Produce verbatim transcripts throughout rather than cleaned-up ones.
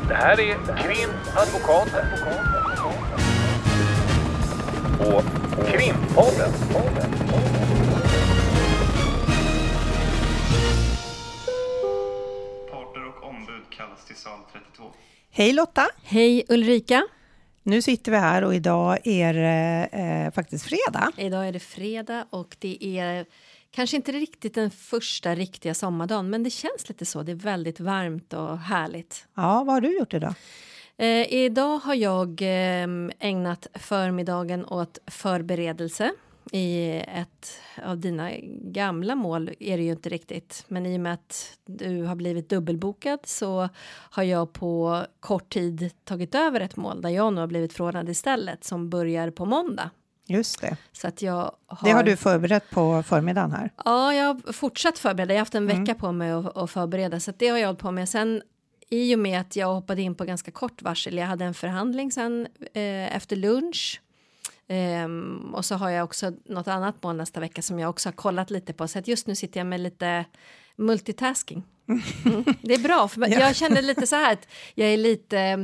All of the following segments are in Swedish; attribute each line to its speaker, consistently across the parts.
Speaker 1: Det här är Krimadvokaten. Och Krimpodden.
Speaker 2: Parter och ombud kallas till sal trettiotvå.
Speaker 3: Hej Lotta!
Speaker 4: Hej Ulrika!
Speaker 3: Nu sitter vi här och idag är det eh, faktiskt fredag.
Speaker 4: Idag är det fredag och det är kanske inte riktigt den första riktiga sommardagen, men det känns lite så. Det är väldigt varmt och härligt.
Speaker 3: Ja, vad har du gjort idag?
Speaker 4: Eh, idag har jag eh, ägnat förmiddagen åt förberedelse. I ett av dina gamla mål är det ju inte riktigt. Men i och med att du har blivit dubbelbokad så har jag på kort tid tagit över ett mål där jag nu har blivit förordnad istället som börjar på måndag.
Speaker 3: Just det.
Speaker 4: Så att jag har...
Speaker 3: Det har du förberett på förmiddagen här?
Speaker 4: Ja, jag har fortsatt förbereda. Jag har haft en
Speaker 3: Mm.
Speaker 4: vecka på mig att, att förbereda. Så att det har jag hållit på med. Sen i och med att jag hoppade in på ganska kort varsel. Jag hade en förhandling sen eh, efter lunch. Um, och så har jag också något annat mål nästa vecka som jag också har kollat lite på. Så att just nu sitter jag med lite multitasking. Mm. Det är bra, för jag känner lite så här att jag är lite...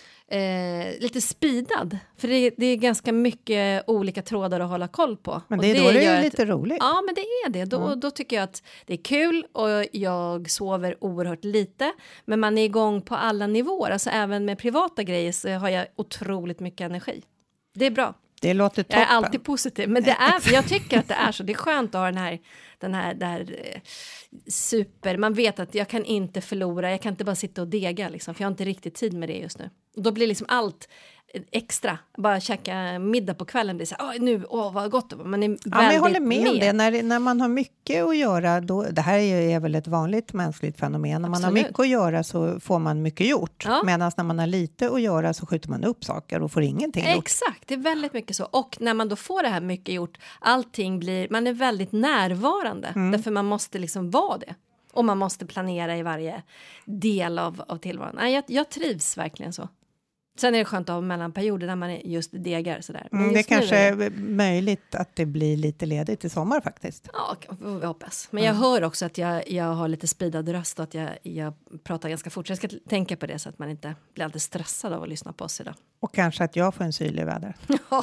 Speaker 4: Eh, lite speedad. För det, det är ganska mycket olika trådar att hålla koll på.
Speaker 3: Men
Speaker 4: och
Speaker 3: det är
Speaker 4: det
Speaker 3: då det är
Speaker 4: att,
Speaker 3: lite roligt.
Speaker 4: Ja, men det är det. Då,
Speaker 3: Mm.
Speaker 4: då tycker jag att det är kul och jag sover oerhört lite. Men man är igång på alla nivåer. Alltså även med privata grejer så har jag otroligt mycket energi. Det är bra.
Speaker 3: Det låter toppen.
Speaker 4: Jag är alltid positiv. Men det är, jag tycker att det är så. Det är skönt att ha den här, den här, det här eh, super... Man vet att jag kan inte förlora. Jag kan inte bara sitta och dega. Liksom, för jag har inte riktigt tid med det just nu. Och då blir liksom allt extra. Bara käka middag på kvällen. Blir så här, nu, åh vad gott det var. Man är väldigt
Speaker 3: Ja, men jag håller med,
Speaker 4: med.
Speaker 3: om det. När, när man har mycket att göra, då, det här är, ju, är väl ett vanligt mänskligt fenomen. När man
Speaker 4: Absolut.
Speaker 3: har mycket att göra så får man mycket gjort.
Speaker 4: Ja.
Speaker 3: Medan när man har lite att göra så skjuter man upp saker och får ingenting gjort.
Speaker 4: Exakt, det är väldigt mycket så. Och när man då får det här mycket gjort, allting blir, man är väldigt närvarande.
Speaker 3: Mm.
Speaker 4: Därför man måste liksom vara det. Och man måste planera i varje del av, av tillvaron. Nej, jag, jag trivs verkligen så. Sen är det skönt att ha mellanperioder när man är just degar sådär. Men
Speaker 3: Mm, det
Speaker 4: just nu
Speaker 3: kanske
Speaker 4: är det...
Speaker 3: är möjligt att det blir lite ledigt i sommar faktiskt.
Speaker 4: Ja, vi hoppas. Men jag hör också att jag, jag har lite speedad röst och att jag, jag pratar ganska fort. Så jag ska tänka på det så att man inte blir alltid stressad av att lyssna på oss idag.
Speaker 3: Och kanske att jag får en syrlig väder.
Speaker 4: ja,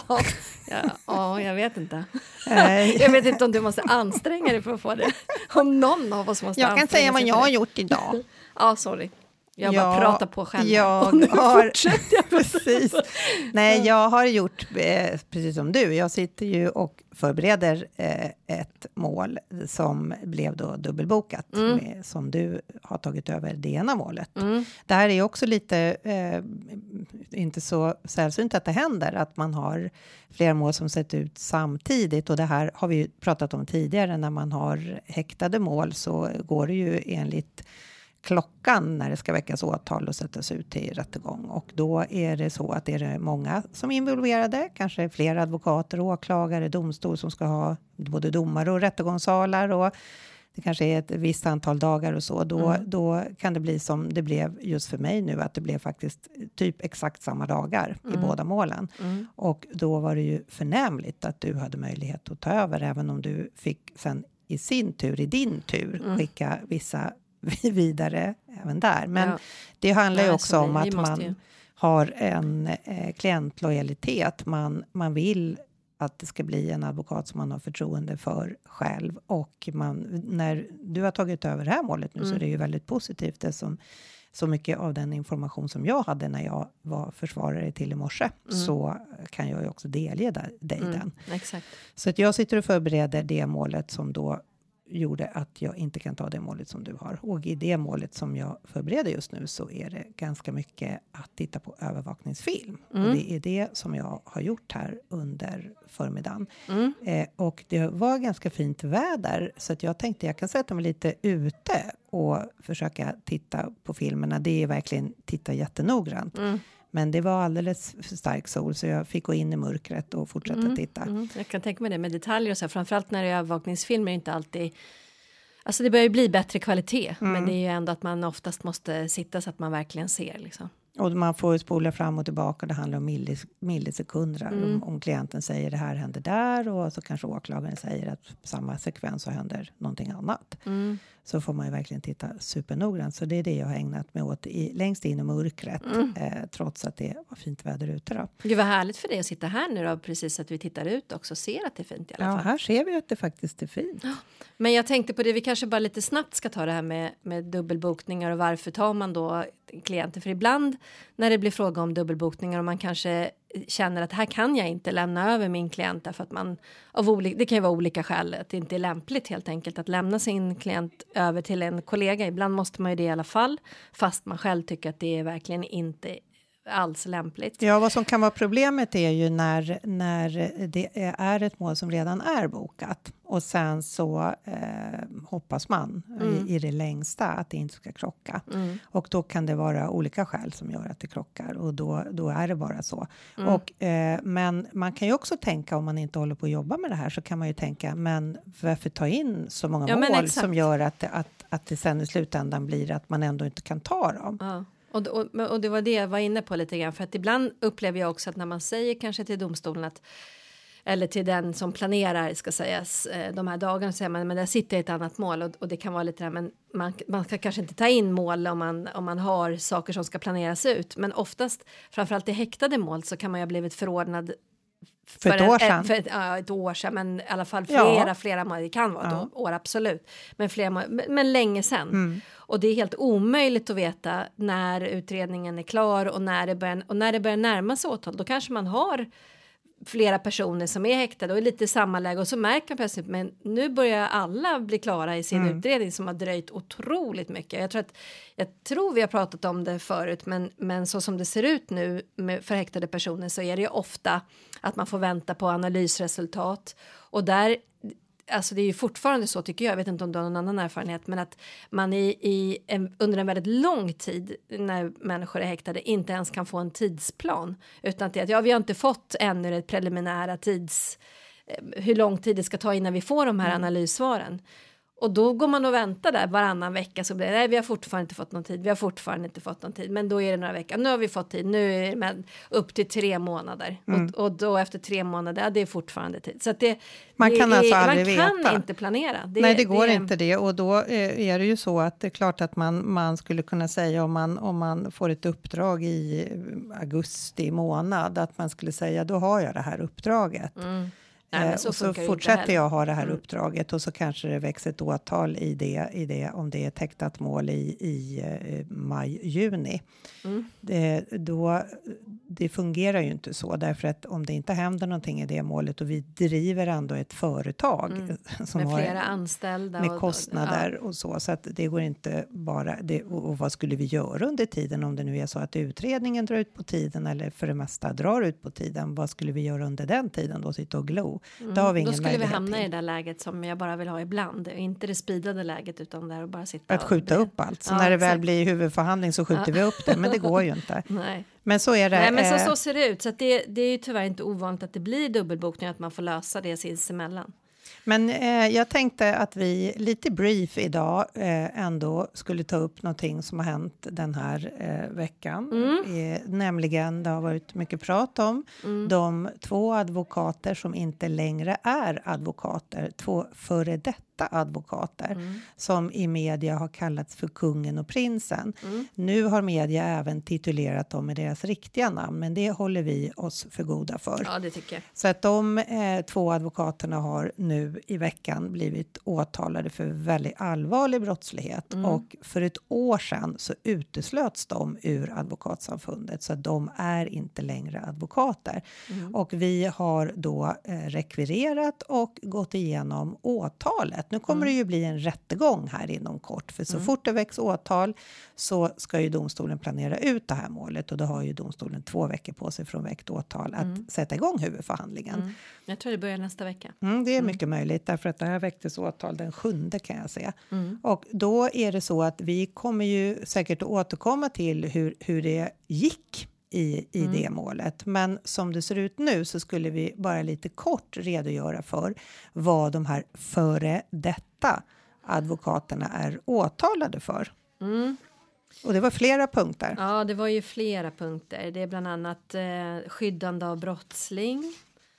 Speaker 4: ja, jag vet inte.
Speaker 3: Nej.
Speaker 4: Jag vet inte om du måste anstränga dig för att få det. Om någon av oss måste
Speaker 3: Jag kan
Speaker 4: anstränga
Speaker 3: säga vad
Speaker 4: sig
Speaker 3: jag
Speaker 4: för
Speaker 3: har
Speaker 4: det.
Speaker 3: gjort idag.
Speaker 4: Ja, sorry. Jag
Speaker 3: Ja,
Speaker 4: bara pratar på själv.
Speaker 3: Jag
Speaker 4: Och nu
Speaker 3: har,
Speaker 4: fortsätter jag.
Speaker 3: precis. Nej, jag har gjort eh, precis som du. Jag sitter ju och förbereder eh, ett mål som blev då dubbelbokat.
Speaker 4: Mm.
Speaker 3: Med, som du har tagit över det ena målet.
Speaker 4: Mm.
Speaker 3: Det här är också lite, eh, inte så sällsynt att det händer. Att man har flera mål som sett ut samtidigt. Och det här har vi ju pratat om tidigare. När man har häktade mål så går det ju enligt klockan när det ska väckas åtal och sättas ut till rättegång. Och då är det så att det är många som är involverade. Kanske flera advokater, åklagare, domstol som ska ha både domare och rättegångssalar. Och det kanske är ett visst antal dagar och så. Då,
Speaker 4: Mm.
Speaker 3: då kan det bli som det blev just för mig nu. Att det blev faktiskt typ exakt samma dagar
Speaker 4: Mm.
Speaker 3: i båda målen.
Speaker 4: Mm.
Speaker 3: Och då var det ju förnämligt att du hade möjlighet att ta över. Även om du fick sen i sin tur, i din tur,
Speaker 4: Mm.
Speaker 3: skicka vissa vidare även där. Men
Speaker 4: Ja.
Speaker 3: det handlar ju
Speaker 4: Nej,
Speaker 3: också
Speaker 4: så
Speaker 3: om
Speaker 4: vi- vi
Speaker 3: att
Speaker 4: måste
Speaker 3: man
Speaker 4: ju.
Speaker 3: har en eh, klientlojalitet. Man, man vill att det ska bli en advokat som man har förtroende för själv. Och man, när du har tagit över det här målet nu
Speaker 4: Mm.
Speaker 3: så är det ju väldigt positivt. Det som, så mycket av den information som jag hade när jag var försvarare till i morse.
Speaker 4: Mm.
Speaker 3: Så kan jag ju också delge dig
Speaker 4: Mm.
Speaker 3: den.
Speaker 4: Exakt.
Speaker 3: Så att jag sitter och förbereder det målet som då gjorde att jag inte kan ta det målet som du har. Och i det målet som jag förbereder just nu så är det ganska mycket att titta på övervakningsfilm.
Speaker 4: Mm.
Speaker 3: Och det är det som jag har gjort här under förmiddagen.
Speaker 4: Mm.
Speaker 3: Eh, och det var ganska fint väder så att jag tänkte jag kan sätta mig lite ute och försöka titta på filmerna. Det är verkligen titta jättenoggrant.
Speaker 4: Mm.
Speaker 3: Men det var alldeles för stark sol så jag fick gå in i mörkret och fortsätta
Speaker 4: Mm.
Speaker 3: titta.
Speaker 4: Mm. Jag kan tänka mig det med detaljer och så här. Framförallt när det är övervakningsfilmer är inte alltid... Alltså det börjar ju bli bättre kvalitet.
Speaker 3: Mm.
Speaker 4: Men det är ju ändå att man oftast måste sitta så att man verkligen ser liksom.
Speaker 3: Och man får spola fram och tillbaka. Det handlar om millis, millisekunder.
Speaker 4: Mm.
Speaker 3: Om, om klienten säger det här händer där. Och så kanske åklagaren säger att på samma sekvens så händer någonting annat.
Speaker 4: Mm.
Speaker 3: så får man ju verkligen titta supernoggrant. Så det är det jag har ägnat mig åt i, längst in i mörkret.
Speaker 4: Mm.
Speaker 3: Eh, trots att det var fint väder ute då.
Speaker 4: Gud vad härligt för dig att sitta här nu då. Precis att vi tittar ut också och ser att det är fint i alla
Speaker 3: Ja,
Speaker 4: fall.
Speaker 3: här ser vi att det faktiskt är fint.
Speaker 4: Men jag tänkte på det, vi kanske bara lite snabbt ska ta det här med, med dubbelbokningar och varför tar man då klienter? För ibland när det blir fråga om dubbelbokningar och man kanske känner att här kan jag inte lämna över min klient därför att man av olika, det kan ju vara olika skäl att det inte är lämpligt helt enkelt att lämna sin klient över till en kollega. Ibland måste man ju det i alla fall fast man själv tycker att det är verkligen inte alls lämpligt.
Speaker 3: Ja, vad som kan vara problemet är ju när, när det är ett mål som redan är bokat och sen så eh, hoppas man mm. i, i det längsta att det inte ska krocka. Mm. Och då kan det vara olika skäl som gör att det krockar och då, då är det bara så. Mm. Och, eh, men man kan ju också tänka om man inte håller på att jobba med det här så kan man ju tänka men varför ta in så många
Speaker 4: ja,
Speaker 3: mål som gör att det, att, att det sen i slutändan blir att man ändå inte kan ta dem.
Speaker 4: Ja. Och, och, och det var det jag var inne på lite grann. För att ibland upplever jag också att när man säger kanske till domstolen att eller till den som planerar ska sägas de här dagarna så säger man men där sitter ett annat mål och, och det kan vara lite där men man, man ska kanske inte ta in mål om man, om man har saker som ska planeras ut. Men oftast, framförallt i häktade mål så kan man ju ha blivit förordnad
Speaker 3: För ett
Speaker 4: en,
Speaker 3: år sedan.
Speaker 4: För ett, ja, ett år sedan, men i alla fall flera,
Speaker 3: ja.
Speaker 4: flera månader. Det kan vara
Speaker 3: ja.
Speaker 4: ett år, absolut. Men, flera, men, men länge sedan.
Speaker 3: Mm.
Speaker 4: Och det är helt omöjligt att veta när utredningen är klar och när det börjar, och när det börjar närma sig åtal. Då kanske man har flera personer som är häktade och är lite i samma läge. Och så märker man plötsligt, men nu börjar alla bli klara i sin mm. utredning som har dröjt otroligt mycket. Jag tror, att, jag tror vi har pratat om det förut, men, men så som det ser ut nu med, för häktade personer så är det ju ofta att man får vänta på analysresultat. Och där, alltså det är ju fortfarande så tycker jag, jag vet inte om du har någon annan erfarenhet, men att man i, i en, under en väldigt lång tid när människor är häktade inte ens kan få en tidsplan. Utan att, det, att ja, vi har inte fått ännu det preliminära tids, hur lång tid det ska ta innan vi får de här mm. analyssvaren. Och då går man och väntar där varannan vecka så blir det, nej vi har fortfarande inte fått någon tid, vi har fortfarande inte fått någon tid, men då är det några veckor, nu har vi fått tid, nu är det med upp till tre månader mm. och, och då efter tre månader, ja det är fortfarande tid. Så att det,
Speaker 3: man
Speaker 4: det,
Speaker 3: kan
Speaker 4: det,
Speaker 3: alltså
Speaker 4: man
Speaker 3: aldrig
Speaker 4: kan
Speaker 3: veta.
Speaker 4: inte planera. Det,
Speaker 3: nej det går
Speaker 4: det,
Speaker 3: inte det och då är det ju så att det är klart att man, man skulle kunna säga om man, om man får ett uppdrag i augusti månad att man skulle säga då har jag det här uppdraget. Mm. Nej, så och så fortsätter jag ha det här mm. uppdraget och så kanske det växer ett åtal i det, i det om det är ett häktat mål i, i uh, maj, juni. Mm. Det, då, det fungerar ju inte så därför att om det inte händer någonting i det målet och vi driver ändå ett företag mm. som
Speaker 4: med
Speaker 3: har
Speaker 4: flera anställda
Speaker 3: med
Speaker 4: och,
Speaker 3: kostnader
Speaker 4: ja.
Speaker 3: och så så att det går inte bara det, och, och vad skulle vi göra under tiden om det nu är så att utredningen drar ut på tiden eller för det mesta drar ut på tiden, vad skulle vi göra under den tiden då, sitta och glo?
Speaker 4: Mm.
Speaker 3: Då, har vi ingen
Speaker 4: då skulle vi hamna
Speaker 3: till.
Speaker 4: i det där läget som jag bara vill ha ibland. Inte det speedade läget utan där och bara sitta.
Speaker 3: Att skjuta upp allt. Så ja, när det exakt. väl blir huvudförhandling så skjuter ja. vi upp det. Men det går ju inte.
Speaker 4: Nej.
Speaker 3: Men så är det.
Speaker 4: Nej, men så, så ser det ut. Så att det, det är ju tyvärr inte ovanligt att det blir dubbelbokning. Att man får lösa det sinsemellan.
Speaker 3: Men eh, jag tänkte att vi lite brief idag eh, ändå skulle ta upp någonting som har hänt den här eh, veckan. Mm. Eh, nämligen, det har varit mycket prat om mm. de två advokater som inte längre är advokater. Två före detta advokater mm. som i media har kallats för kungen och prinsen. Mm. Nu har media även titulerat dem med deras riktiga namn, men det håller vi oss för goda för.
Speaker 4: Ja, det tycker jag.
Speaker 3: Så att de eh, två advokaterna har nu i veckan blivit åtalade för väldigt allvarlig brottslighet mm. och för ett år sedan så uteslöts de ur advokatsamfundet så att de är inte längre advokater. Mm. Och vi har då eh, rekvirerat och gått igenom åtalet. Nu kommer mm. det ju bli en rättegång här inom kort. För så mm. fort det väcks åtal så ska ju domstolen planera ut det här målet. Och då har ju domstolen två veckor på sig från väckt åtal att mm. sätta igång huvudförhandlingen. Mm.
Speaker 4: Jag tror det börjar nästa vecka.
Speaker 3: Mm, det är
Speaker 4: mm.
Speaker 3: mycket möjligt därför att det här väcktes åtal den sjunde kan jag säga.
Speaker 4: Mm.
Speaker 3: Och då är det så att vi kommer ju säkert att återkomma till hur, hur det gick i, i mm. det målet. Men som det ser ut nu så skulle vi bara lite kort redogöra för vad de här före detta advokaterna är åtalade för.
Speaker 4: Mm.
Speaker 3: Och det var flera punkter.
Speaker 4: Ja, det var ju flera punkter. Det är bland annat eh, skyddande av brottsling.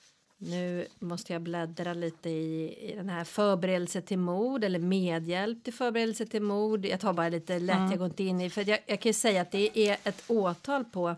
Speaker 4: Nu måste jag bläddra lite i, i den här förberedelse till mord eller medhjälp till förberedelse till mord. Jag tar bara lite lätt, mm. jag går inte in i, för jag, jag kan ju säga att det är ett åtal på,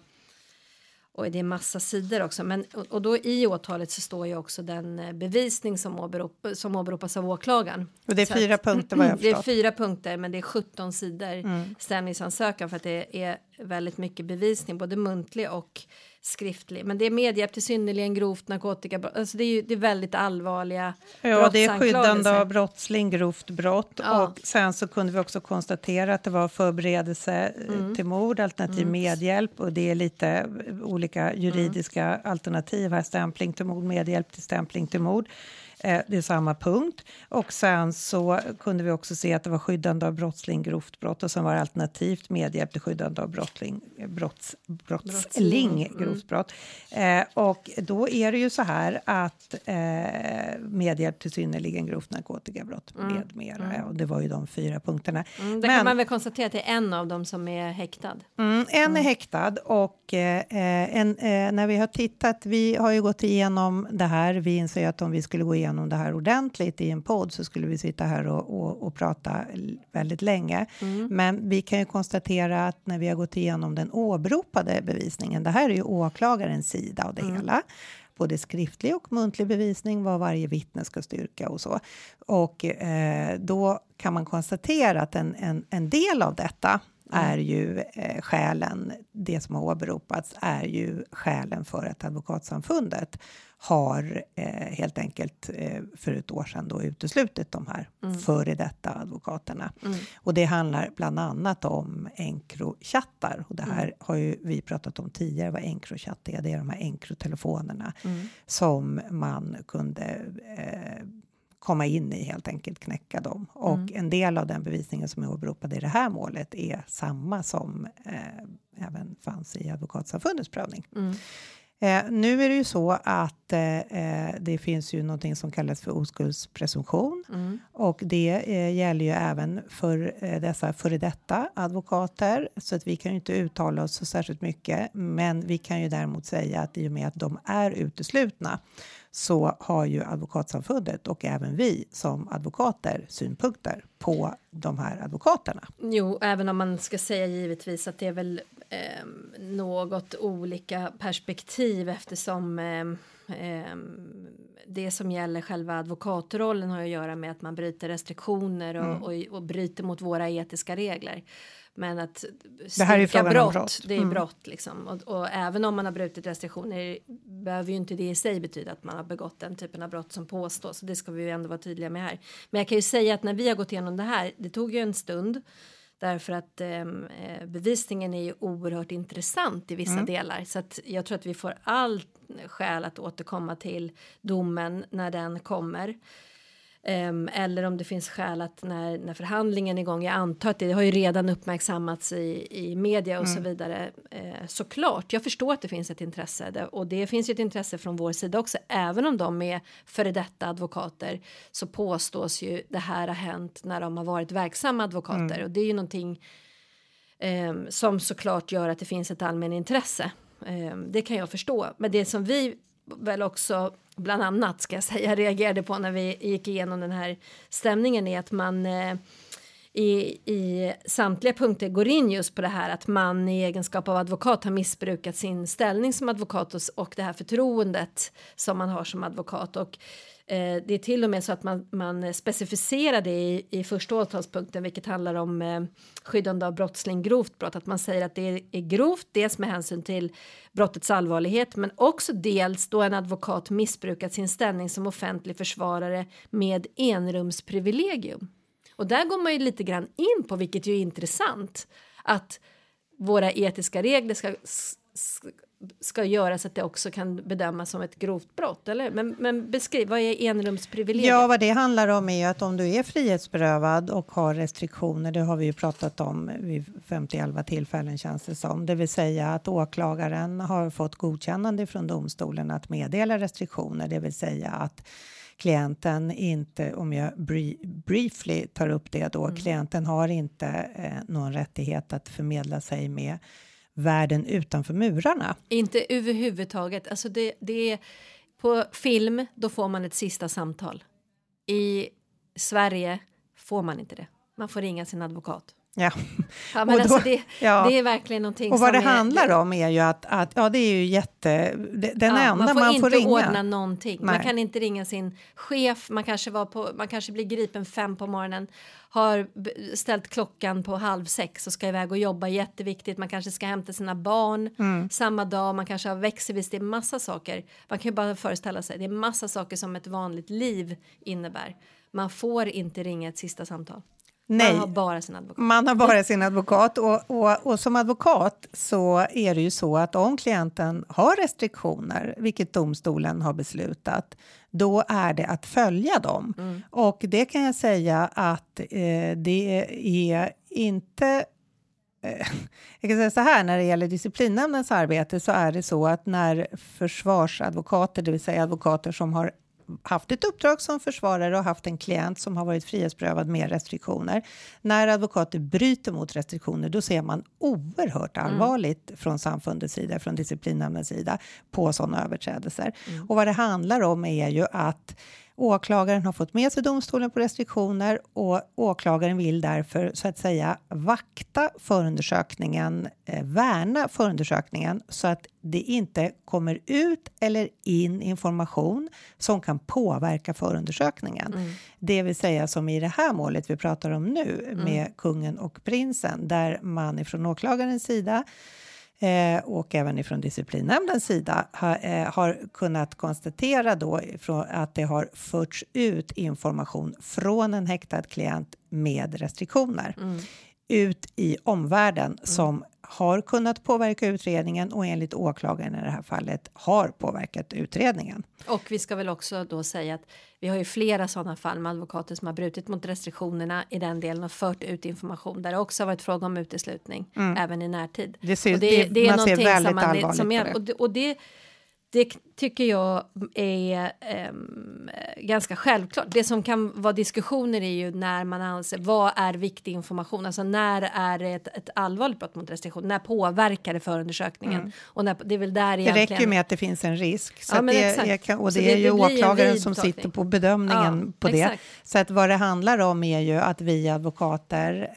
Speaker 4: och det är massa sidor också, men och, och då i åtalet så står ju också den bevisning som, åberop, som åberopas av åklagaren.
Speaker 3: Och det är
Speaker 4: så
Speaker 3: fyra
Speaker 4: att,
Speaker 3: punkter vad jag
Speaker 4: det är
Speaker 3: förstått.
Speaker 4: fyra punkter, men det är sjutton sidor
Speaker 3: mm.
Speaker 4: stämningsansökan, för att det är väldigt mycket bevisning, både muntlig och skriftlig. Men det är medhjälp till synnerligen grovt narkotika. Alltså det är ju det är väldigt allvarliga
Speaker 3: Ja, det är skyddande av brottsling, grovt brott.
Speaker 4: Ja.
Speaker 3: Och sen så kunde vi också konstatera att det var förberedelse mm. till mord, alternativ mm. medhjälp. Och det är lite olika juridiska mm. alternativ här. Stämpling till mord, medhjälp till stämpling till mord. Det är samma punkt. Och sen så kunde vi också se att det var skyddande av brottsling, grovt brott. Och sen var det alternativt medhjälp till skyddande av brottsling, brotts, brottsling, mm. grovt brott. Eh, och då är det ju så här att eh, medhjälp till synnerligen grovt narkotikabrott mm. med mera. Mm. Och det var ju de fyra punkterna.
Speaker 4: Mm, det Men, kan man väl konstatera att det är en av dem som är häktad.
Speaker 3: Mm, en
Speaker 4: mm.
Speaker 3: är häktad och eh, en, eh, när vi har tittat, vi har ju gått igenom det här. Vi inser att om vi skulle gå igenom om det här ordentligt i en podd så skulle vi sitta här och, och, och prata väldigt länge. Mm. Men vi kan ju konstatera att när vi har gått igenom den åberopade bevisningen, det här är ju åklagarens sida av det mm. hela. Både skriftlig och muntlig bevisning, vad varje vittne ska styrka och så. Och eh, då kan man konstatera att en, en, en del av detta Mm. är ju eh, skälen, det som har åberopats är ju skälen för att advokatsamfundet har eh, helt enkelt eh, för ett år sedan då uteslutit de här mm. före detta advokaterna. Mm. Och det handlar bland annat om Encrochattar. Och det här mm. har ju vi pratat om tidigare, vad Encrochat är. Det är de här Encrotelefonerna mm. som man kunde eh, komma in i, helt enkelt knäcka dem. Och mm. en del av den bevisningen som är åberopad i det här målet är samma som eh, även fanns i advokatsamfundets prövning. Mm. Eh, nu är det ju så att eh, det finns ju någonting som kallas för oskuldspresumtion. Mm. Och det eh, gäller ju även för eh, dessa före detta advokater. Så att vi kan ju inte uttala oss så särskilt mycket. Men vi kan ju däremot säga att i och med att de är uteslutna så har ju advokatsamfundet och även vi som advokater synpunkter på de här advokaterna.
Speaker 4: Jo, även om man ska säga givetvis att det är väl eh, något olika perspektiv eftersom eh, eh, det som gäller själva advokatrollen har att göra med att man bryter restriktioner och, mm. och, och bryter mot våra etiska regler. Men att
Speaker 3: det här är frågan
Speaker 4: brott,
Speaker 3: om brott.
Speaker 4: Det är
Speaker 3: mm. brott
Speaker 4: liksom. Och, och även om man har brutit restriktioner behöver ju inte det i sig betyda att man har begått den typen av brott som påstås. Så det ska vi ju ändå vara tydliga med här. Men jag kan ju säga att när vi har gått igenom det här, det tog ju en stund. Därför att eh, bevisningen är ju oerhört intressant i vissa mm. delar. Så att jag tror att vi får all skäl att återkomma till domen när den kommer. Um, eller om det finns skäl att när, när förhandlingen är igång, jag antar att det har ju redan uppmärksammats i, i media och mm. så vidare. Uh, såklart, jag förstår att det finns ett intresse det, och det finns ju ett intresse från vår sida också. Även om de är före detta advokater så påstås ju det här har hänt när de har varit verksamma advokater. Mm. Och det är ju någonting um, som såklart gör att det finns ett allmän intresse. Um, det kan jag förstå. Men det som vi väl också bland annat ska jag säga reagerade på när vi gick igenom den här stämningen är att man eh, i, i samtliga punkter går in just på det här att man i egenskap av advokat har missbrukat sin ställning som advokat och, och det här förtroendet som man har som advokat. Och eh, det är till och med så att man, man specificerar det i, i första åtalspunkten, vilket handlar om eh, skyddande av brottsling, grovt brott. Att man säger att det är, är grovt, dels med hänsyn till brottets allvarlighet, men också dels då en advokat missbrukat sin ställning som offentlig försvarare med enrumsprivilegium. Och där går man ju lite grann in på, vilket ju är intressant, att våra etiska regler ska, ska göra så att det också kan bedömas som ett grovt brott, eller? Men, men beskriv, vad är enrumsprivilegium?
Speaker 3: Ja, vad det handlar om är att om du är frihetsberövad och har restriktioner, det har vi ju pratat om vid femtioelva tillfällen känns det som. Det vill säga att åklagaren har fått godkännande från domstolen att meddela restriktioner, det vill säga att klienten inte, om jag briefly tar upp det då, mm. klienten har inte eh, någon rättighet att förmedla sig med världen utanför murarna.
Speaker 4: Inte överhuvudtaget. Alltså det, det är På film, då får man ett sista samtal. I Sverige får man inte det. Man får ringa sin advokat.
Speaker 3: Ja.
Speaker 4: Ja, men
Speaker 3: då,
Speaker 4: alltså det,
Speaker 3: ja.
Speaker 4: det är verkligen någonting
Speaker 3: och vad
Speaker 4: som
Speaker 3: det
Speaker 4: är,
Speaker 3: handlar
Speaker 4: det,
Speaker 3: om är ju att, att ja, det är ju jätte, det, den
Speaker 4: ja,
Speaker 3: enda
Speaker 4: man får
Speaker 3: man
Speaker 4: inte
Speaker 3: får ringa.
Speaker 4: ordna någonting.
Speaker 3: Nej.
Speaker 4: Man kan inte ringa sin chef, man kanske, var på, man kanske blir gripen fem på morgonen, har ställt klockan på halv sex och ska iväg och jobba, jätteviktigt. Man kanske ska hämta sina barn mm. samma dag, man kanske har växelvis, det är massa saker. Man kan ju bara föreställa sig, det är massa saker som ett vanligt liv innebär. Man får inte ringa ett sista samtal.
Speaker 3: Nej,
Speaker 4: man har bara sin advokat.
Speaker 3: Man har bara sin advokat och, och, och som advokat så är det ju så att om klienten har restriktioner, vilket domstolen har beslutat, då är det att följa dem. Mm. Och det kan jag säga att eh, det är inte... Eh, jag kan säga så här, när det gäller disciplinnämndens arbete så är det så att när försvarsadvokater, det vill säga advokater som har haft ett uppdrag som försvarare och haft en klient som har varit frihetsberövad med restriktioner. När advokater bryter mot restriktioner, då ser man oerhört allvarligt mm. från samfundets sida, från disciplinnämndens sida på sådana överträdelser. Mm. Och vad det handlar om är ju att åklagaren har fått med sig domstolen på restriktioner och åklagaren vill därför så att säga vakta förundersökningen, eh, värna förundersökningen så att det inte kommer ut eller in information som kan påverka förundersökningen. Mm. Det vill säga som i det här målet vi pratar om nu mm. med kungen och prinsen, där man ifrån åklagarens sida Eh, och även ifrån disciplinnämndens sida ha, eh, har kunnat konstatera då ifrån att det har förts ut information från en häktad klient med restriktioner mm. ut i omvärlden mm. som har kunnat påverka utredningen och enligt åklagaren i det här fallet har påverkat utredningen.
Speaker 4: Och vi ska väl också då säga att vi har ju flera sådana fall med advokater som har brutit mot restriktionerna i den delen och fört ut information där det också har varit fråga om uteslutning mm. även i närtid.
Speaker 3: Det, ser,
Speaker 4: och det,
Speaker 3: det,
Speaker 4: det är
Speaker 3: man ser väldigt
Speaker 4: som man,
Speaker 3: allvarligt
Speaker 4: som
Speaker 3: på
Speaker 4: är,
Speaker 3: det.
Speaker 4: Och det, och det Det tycker jag är um, ganska självklart. Det som kan vara diskussioner är ju när man anser vad är viktig information. Alltså när är det ett, ett allvarligt brott mot restriktion? När påverkar det förundersökningen? Mm. Och när, det är väl där egentligen...
Speaker 3: Det räcker med att det finns en risk. Så
Speaker 4: ja,
Speaker 3: att det, är, kan, och det, det är ju åklagaren som sitter på bedömningen ja, på det. Exakt. Så att vad det handlar om är ju att vi advokater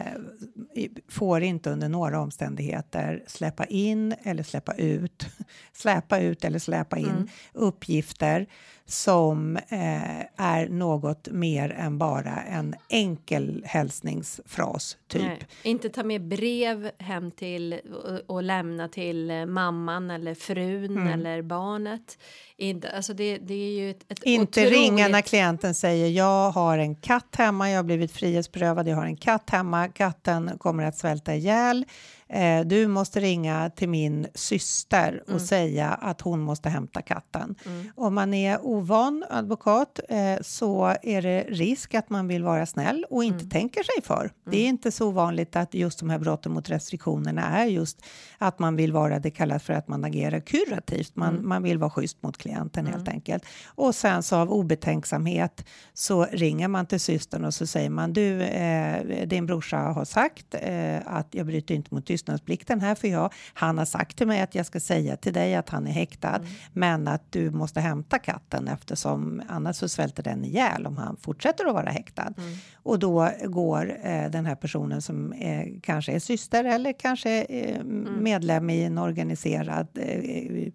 Speaker 3: eh, får inte under några omständigheter släppa in eller släppa ut, släppa ut eller släppa in mm. uppgifter som eh, är något mer än bara en enkel hälsningsfras typ. Nej,
Speaker 4: inte ta med brev hem till och, och lämna till mamman eller frun mm. eller barnet. Inte, alltså det, det är ju ett, ett
Speaker 3: inte
Speaker 4: otroligt...
Speaker 3: ringa när klienten säger jag har en katt hemma, jag har blivit frihetsberövad, jag har en katt hemma, katten kommer att svälta ihjäl. Eh, du måste ringa till min syster och mm. säga att hon måste hämta katten. Mm. Om man är ovan advokat eh, så är det risk att man vill vara snäll och inte mm. tänker sig för. Mm. Det är inte så vanligt att just de här brotten mot restriktionerna är just att man vill vara, det kallas för att man agerar kurativt. Man, mm. man vill vara schysst mot klienten mm. helt enkelt. Och sen så av obetänksamhet så ringer man till systern och så säger man du, eh, din brorsa har sagt eh, att jag bryter inte mot tystnadsplikten här för jag, han har sagt till mig att jag ska säga till dig att han är häktad mm. men att du måste hämta katten eftersom annars så svälter den ihjäl om han fortsätter att vara häktad. Mm. Och då går eh, den här personen som eh, kanske är syster eller kanske eh, mm. medlem i en organiserad eh,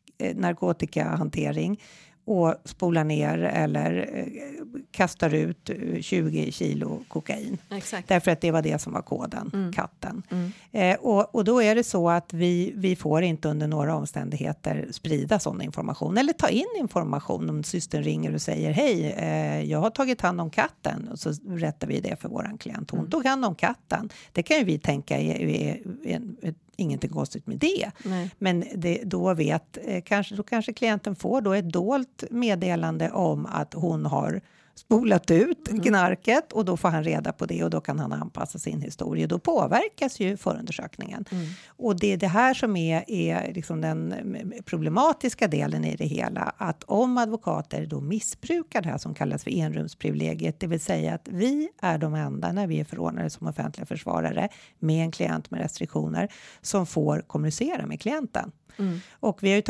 Speaker 3: narkotikahantering och spolar ner eller eh, kastar ut tjugo kilo kokain.
Speaker 4: Exakt.
Speaker 3: Därför att det var det som var koden, mm. katten. Mm. Eh, och, och då är det så att vi, vi får inte under några omständigheter sprida sån information. Eller ta in information om systern ringer och säger hej, eh, jag har tagit hand om katten. Och så rättar vi det för våran klient. Hon mm. tog hand om katten. Det kan ju vi tänka är, är, är, är ingenting konstigt med det. Nej. Men det, då vet eh, kanske, då kanske klienten får då ett dolt meddelande om att hon har spolat ut mm. knarket och då får han reda på det och då kan han anpassa sin historia. Då påverkas ju förundersökningen. Mm. Och det är det här som är, är liksom den problematiska delen i det hela. Att om advokater då missbrukar det här som kallas för enrumsprivilegiet, det vill säga att vi är de enda när vi är förordnade som offentliga försvarare med en klient med restriktioner som får kommunicera med klienten. Mm. Och vi har ju tagit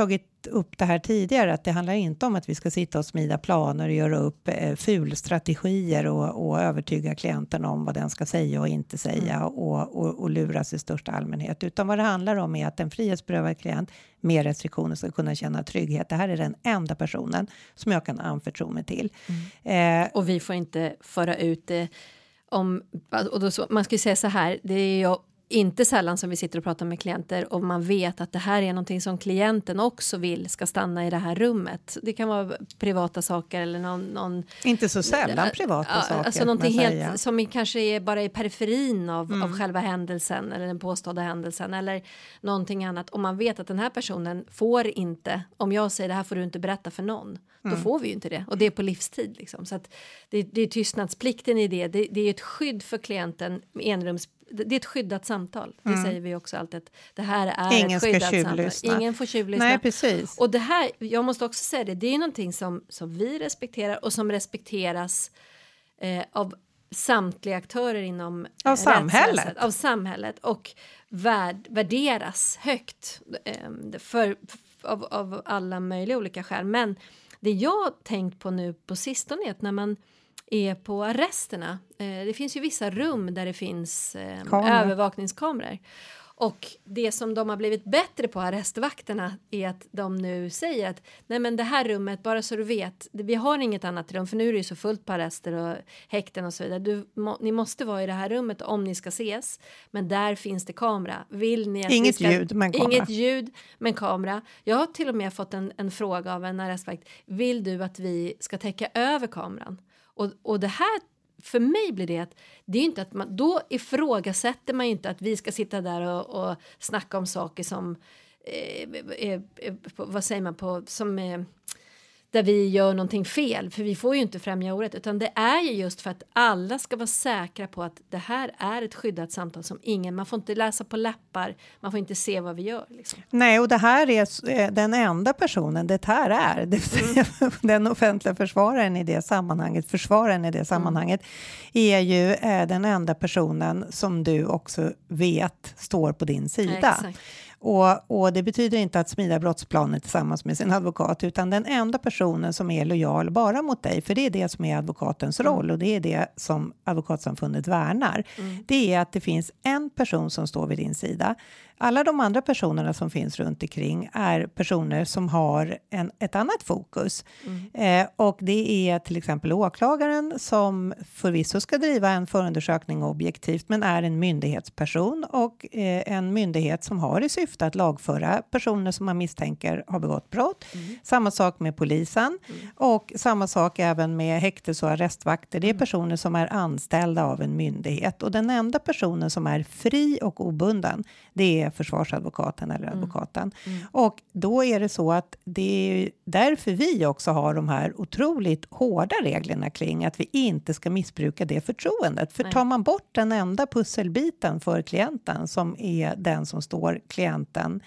Speaker 3: tagit upp det här tidigare, att det handlar inte om att vi ska sitta och smida planer och göra upp eh, fulstrategier och, och övertyga klienten om vad den ska säga och inte säga mm. och, och, och luras i största allmänhet. Utan vad det handlar om är att en frihetsberövad klient med restriktioner ska kunna känna trygghet. Det här är den enda personen som jag kan anförtro mig till.
Speaker 4: Mm.
Speaker 3: Eh,
Speaker 4: och vi får inte föra ut det om, och då så, man ska ju säga så här, det är ju inte sällan som vi sitter och pratar med klienter och man vet att det här är någonting som klienten också vill ska stanna i det här rummet. Det kan vara privata saker eller någon... någon
Speaker 3: inte så sällan privata
Speaker 4: ja,
Speaker 3: saker.
Speaker 4: Alltså någonting helt
Speaker 3: säga.
Speaker 4: som kanske är bara i periferin av,
Speaker 3: mm.
Speaker 4: av själva händelsen eller den påstådda händelsen eller någonting annat. Och man vet att den här personen får inte, om jag säger det här får du inte berätta för någon, mm. då får vi ju inte det. Och det är på livstid liksom. Så att det, det är tystnadsplikten i det. Det, det är ett skydd för klienten med enrums. Det är ett skyddat samtal. Det mm. säger vi också alltid. Att det här är
Speaker 3: Ingen
Speaker 4: ett skyddat
Speaker 3: ska tjuvlyssna.
Speaker 4: samtal. Ingen får tjuvlyssna.
Speaker 3: Nej, precis.
Speaker 4: Och det här, jag måste också säga det, det är någonting som, som vi respekterar och som respekteras eh, av samtliga aktörer inom
Speaker 3: av
Speaker 4: eh,
Speaker 3: samhället.
Speaker 4: Av samhället och värd, värderas högt eh, för, av, av alla möjliga olika skäl. Men det jag tänkt på nu på sistone är att när man är på arresterna. Eh, det finns ju vissa rum där det finns eh, övervakningskameror. Och det som de har blivit bättre på, arrestvakterna, är att de nu säger att nej men det här rummet, bara så du vet, vi har inget annat rum för nu är det ju så fullt på arrester och häkten och så vidare. Du, må, ni måste vara i det här rummet om ni ska ses, men där finns det kamera. Vill ni att
Speaker 3: inget
Speaker 4: ska,
Speaker 3: ljud men kamera.
Speaker 4: Inget ljud men kamera. Jag har till och med fått en, en fråga av en arrestvakt. Vill du att vi ska täcka över kameran? Och, och det här, för mig blir det att det är inte att man, då ifrågasätter man ju inte att vi ska sitta där och, och snacka om saker som, eh, eh, eh, vad säger man på, som eh, där vi gör någonting fel, för vi får ju inte främja ordet, utan det är ju just för att alla ska vara säkra på att det här är ett skyddat samtal som ingen, man får inte läsa på läppar, man får inte se vad vi gör. Liksom.
Speaker 3: Nej, och det här är den enda personen det här är, det vill säga mm. den offentliga försvararen i det sammanhanget, försvararen i det sammanhanget mm. är ju eh, den enda personen som du också vet står på din sida.
Speaker 4: Ja, exakt.
Speaker 3: Och, och det betyder inte att smida brottsplanen tillsammans med sin advokat, utan den enda personen som är lojal bara mot dig, för det är det som är advokatens
Speaker 4: mm.
Speaker 3: roll och det är det som advokatsamfundet värnar. Mm. Det är att det finns en person som står vid din sida. Alla de andra personerna som finns runt omkring är personer som har en, ett annat fokus. Mm. Eh, och det är till exempel åklagaren som förvisso ska driva en förundersökning objektivt, men är en myndighetsperson och eh, en myndighet som har i syfte att lagföra personer som man misstänker har begått brott. Mm. Samma sak med polisen mm. och samma sak även med häktes- och arrestvakter. Det är personer som är anställda av en myndighet, och den enda personen som är fri och obunden, det är försvarsadvokaten eller advokaten. Mm. Mm. Och då är det så att det är därför vi också har de här otroligt hårda reglerna kring att vi inte ska missbruka det förtroendet. För Nej. tar man bort den enda pusselbiten för klienten, som är den som står klienten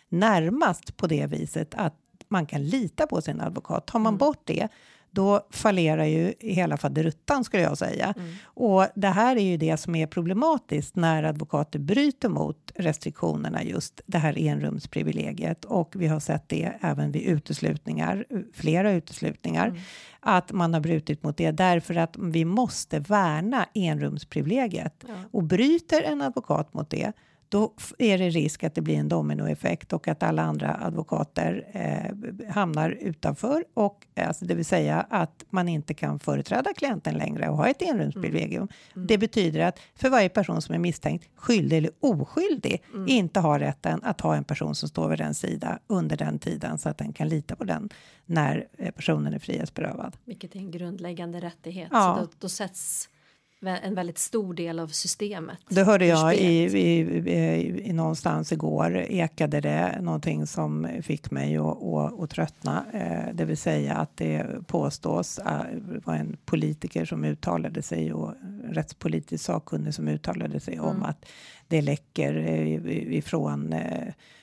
Speaker 3: närmast på det viset att man kan lita på sin advokat. Tar man mm. bort det, då fallerar ju hela faderuttan, skulle jag säga. Mm. Och det här är ju det som är problematiskt när advokater bryter mot restriktionerna, just det här enrumsprivilegiet. Och vi har sett det även vid uteslutningar, flera uteslutningar, mm. att man har brutit mot det därför att vi måste värna enrumsprivilegiet. Ja. Och bryter en advokat mot det, då är det risk att det blir en dominoeffekt och att alla andra advokater eh, hamnar utanför. Och, alltså, det vill säga att man inte kan företräda klienten längre och ha ett enrumsprivilegium. Mm. Mm. Det betyder att för varje person som är misstänkt, skyldig eller oskyldig, mm. inte har rätten att ha en person som står vid den sida under den tiden, så att den kan lita på den när personen är frihetsberövad.
Speaker 4: Vilket är en grundläggande rättighet.
Speaker 3: Ja.
Speaker 4: Så då, då sätts en väldigt stor del av systemet.
Speaker 3: Det hörde jag i, i, i, i någonstans igår, ekade det någonting som fick mig att, att, att tröttna. Eh, det vill säga att det påstås att det var en politiker som uttalade sig, och en rättspolitisk sakkunnig som uttalade sig mm. om att det läcker ifrån eh,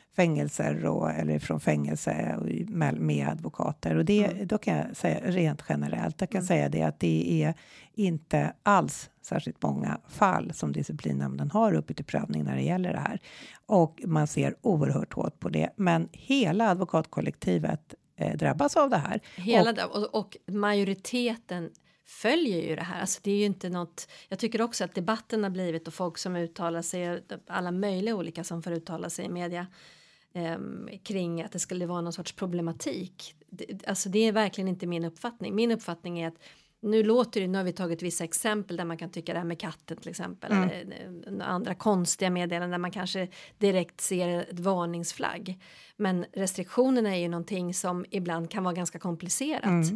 Speaker 3: fängelser och, eller från fängelse och med, med advokater. Och det, mm. då kan jag säga rent generellt, jag kan mm. säga det att det är inte alls särskilt många fall som disciplinnämnden har uppe till prövning när det gäller det här. Och man ser oerhört hårt på det. Men hela advokatkollektivet eh, drabbas av det här.
Speaker 4: Hela och, och, och majoriteten följer ju det här. Alltså det är ju inte något, jag tycker också att debatten har blivit och folk som uttalar sig, alla möjliga olika som får uttala sig i media eh, kring att det skulle vara någon sorts problematik. Det, alltså det är verkligen inte min uppfattning. Min uppfattning är att nu låter det, nu har vi tagit vissa exempel där man kan tycka det här med katten till exempel. Mm. Eller andra konstiga meddelanden där man kanske direkt ser ett varningsflagg. Men restriktionerna är ju någonting som ibland kan vara ganska komplicerat. Mm.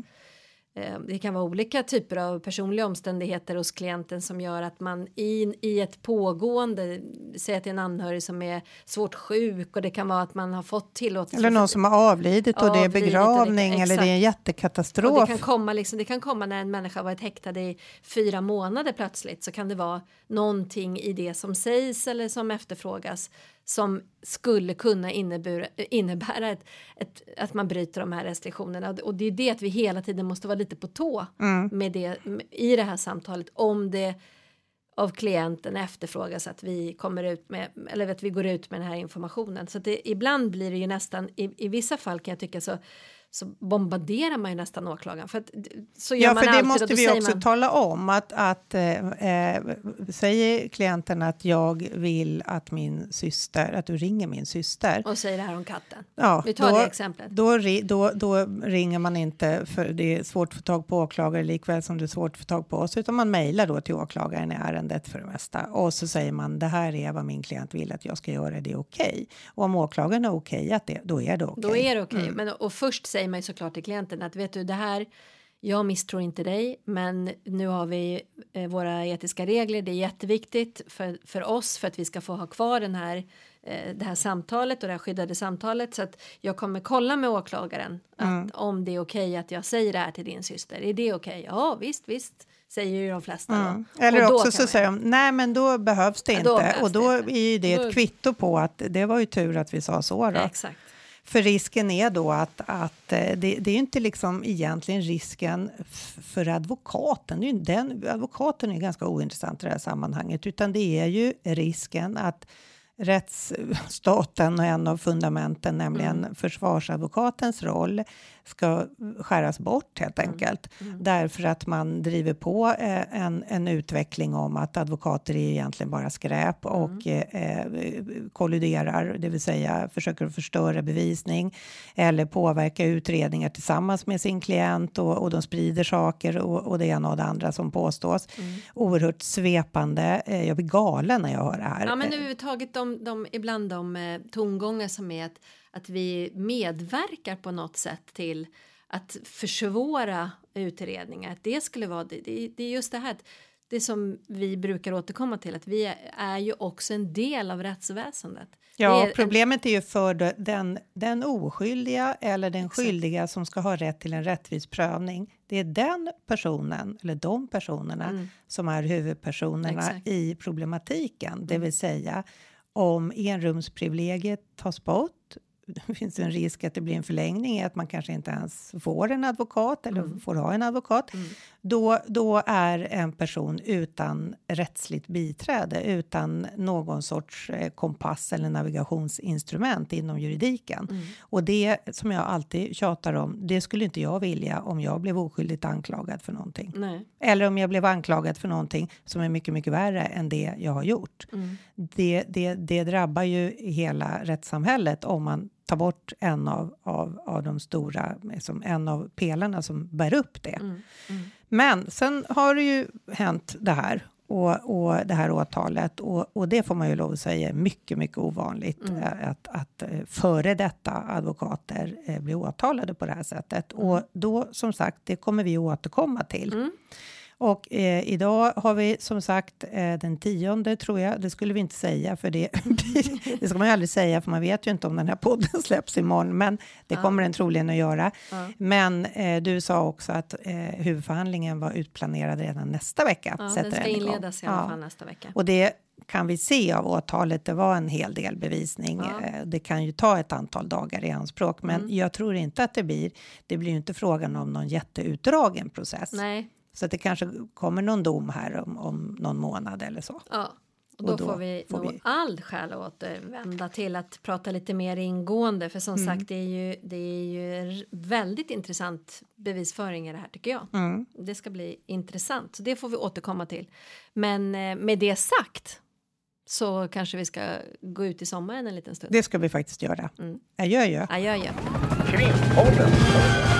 Speaker 4: Det kan vara olika typer av personliga omständigheter hos klienten som gör att man i, i ett pågående, säger till en anhörig som är svårt sjuk och det kan vara att man har fått tillåtelse.
Speaker 3: Eller någon som har avlidit och avlidit det är begravning det kan, eller det är en jättekatastrof.
Speaker 4: Och det kan komma liksom, det kan komma när en människa har varit häktad i fyra månader plötsligt, så kan det vara någonting i det som sägs eller som efterfrågas som skulle kunna innebära, innebära ett, ett, att man bryter de här restriktionerna. Och det är det att vi hela tiden måste vara lite på tå mm. med det, i det här samtalet. Om det av klienten efterfrågas att vi kommer ut med, eller att vi går ut med den här informationen. Så att det, ibland blir det ju nästan, i, i vissa fall kan jag tycka så, så bombarderar man ju nästan åklagaren. För att, så gör
Speaker 3: ja,
Speaker 4: man
Speaker 3: för det
Speaker 4: alltid,
Speaker 3: måste vi också
Speaker 4: man...
Speaker 3: tala om. Att, att äh, säger klienten att jag vill att min syster, att du ringer min syster.
Speaker 4: Och säger det här om katten.
Speaker 3: Ja,
Speaker 4: vi tar
Speaker 3: då,
Speaker 4: det exemplet.
Speaker 3: Då, då, då ringer man inte, för det är svårt att få tag på åklagare likväl som det är svårt att få tag på oss. Utan man mejlar då till åklagaren i ärendet för det mesta. Och så säger man, det här är vad min klient vill att jag ska göra, det är okej. Okay. Och om åklagaren är okej okay att det, då är det okej.
Speaker 4: Okay. Då är det okej. Okay.
Speaker 3: Mm.
Speaker 4: Men, och först säger man ju såklart till klienten att vet du det här, jag misstror inte dig, men nu har vi eh, våra etiska regler, det är jätteviktigt för, för oss för att vi ska få ha kvar den här, eh, det här samtalet och det här skyddade samtalet, så att jag kommer kolla med åklagaren att, mm. om det är okej okay att jag säger det här till din syster, är det okej? Okay? Ja visst, visst. Säger ju de flesta
Speaker 3: mm. då. Eller då också så säger de, nej men då behövs det
Speaker 4: ja,
Speaker 3: inte.
Speaker 4: Då behövs
Speaker 3: och då
Speaker 4: det inte.
Speaker 3: är ju det
Speaker 4: då...
Speaker 3: ett kvitto på att det var ju tur att vi sa så då.
Speaker 4: Ja, exakt.
Speaker 3: För risken är då att, att det, det är ju inte liksom egentligen risken f- för advokaten. Det är ju den, advokaten är ganska ointressant i det här sammanhanget. Utan det är ju risken att rättsstaten och en av fundamenten, nämligen mm. försvarsadvokatens roll, ska skäras bort helt enkelt. Mm. Mm. Därför att man driver på eh, en, en utveckling om att advokater är egentligen bara skräp mm. och eh, kolliderar, det vill säga försöker förstöra bevisning eller påverka utredningar tillsammans med sin klient och, och de sprider saker och, och det ena och det andra som påstås. Mm. Oerhört svepande. Eh, jag blir galen när jag hör det här.
Speaker 4: Ja, men överhuvudtaget de, de, ibland de eh, tongångar som är att att vi medverkar på något sätt till att försvåra utredningar. Att det skulle vara, det, det är just det här, det som vi brukar återkomma till, att vi är, är ju också en del av rättsväsendet.
Speaker 3: Ja, är problemet en... är ju för den, den oskyldiga eller den Exakt. skyldiga som ska ha rätt till en rättvis prövning. Det är den personen, eller de personerna, mm. som är huvudpersonerna Exakt. i problematiken. Det vill säga, om enrumsprivilegiet tas bort, det finns en risk att det blir en förlängning i att man kanske inte ens får en advokat eller mm. får ha en advokat. Mm. Då, då är en person utan rättsligt biträde, utan någon sorts kompass eller navigationsinstrument inom juridiken. Mm. Och det som jag alltid tjatar om, det skulle inte jag vilja om jag blev oskyldigt anklagad för någonting. Nej. Eller om jag blev anklagad för någonting som är mycket, mycket värre än det jag har gjort. Mm. Det, det, det drabbar ju hela rättssamhället om man tar bort en av, av, av de stora, som en av pelarna som bär upp det. Mm. Mm. Men sen har det ju hänt det här och, och det här åtalet och, och det får man ju lov att säga är mycket, mycket ovanligt mm. att, att före detta advokater blir åtalade på det här sättet. Mm. Och då, som sagt, det kommer vi återkomma till. Mm. Och eh, idag har vi som sagt eh, den tionde tror jag. Det skulle vi inte säga för det, det ska man ju aldrig säga för man vet ju inte om den här podden släpps imorgon. Men det ja. kommer den troligen att göra. Ja. Men eh, du sa också att eh, huvudförhandlingen var utplanerad redan nästa vecka.
Speaker 4: Ja, den ska inledas i alla fall ja. nästa vecka.
Speaker 3: Och det kan vi se av åtalet, det var en hel del bevisning. Ja. Det kan ju ta ett antal dagar i anspråk. Men mm. jag tror inte att det blir, det blir ju inte frågan om någon jätteutdragen process.
Speaker 4: Nej.
Speaker 3: Så att det kanske kommer någon dom här om, om någon månad eller så.
Speaker 4: Ja, och då, och då får vi får nog vi... all skäl att återvända till att prata lite mer ingående. För som mm. sagt, det är, ju, det är ju väldigt intressant bevisföring i det här tycker jag. Mm. Det ska bli intressant, så det får vi återkomma till. Men med det sagt så kanske vi ska gå ut i sommaren en liten stund.
Speaker 3: Det ska vi faktiskt göra. Mm. Adjö, adjö.
Speaker 4: Adjö, adjö.
Speaker 1: Krimpodden.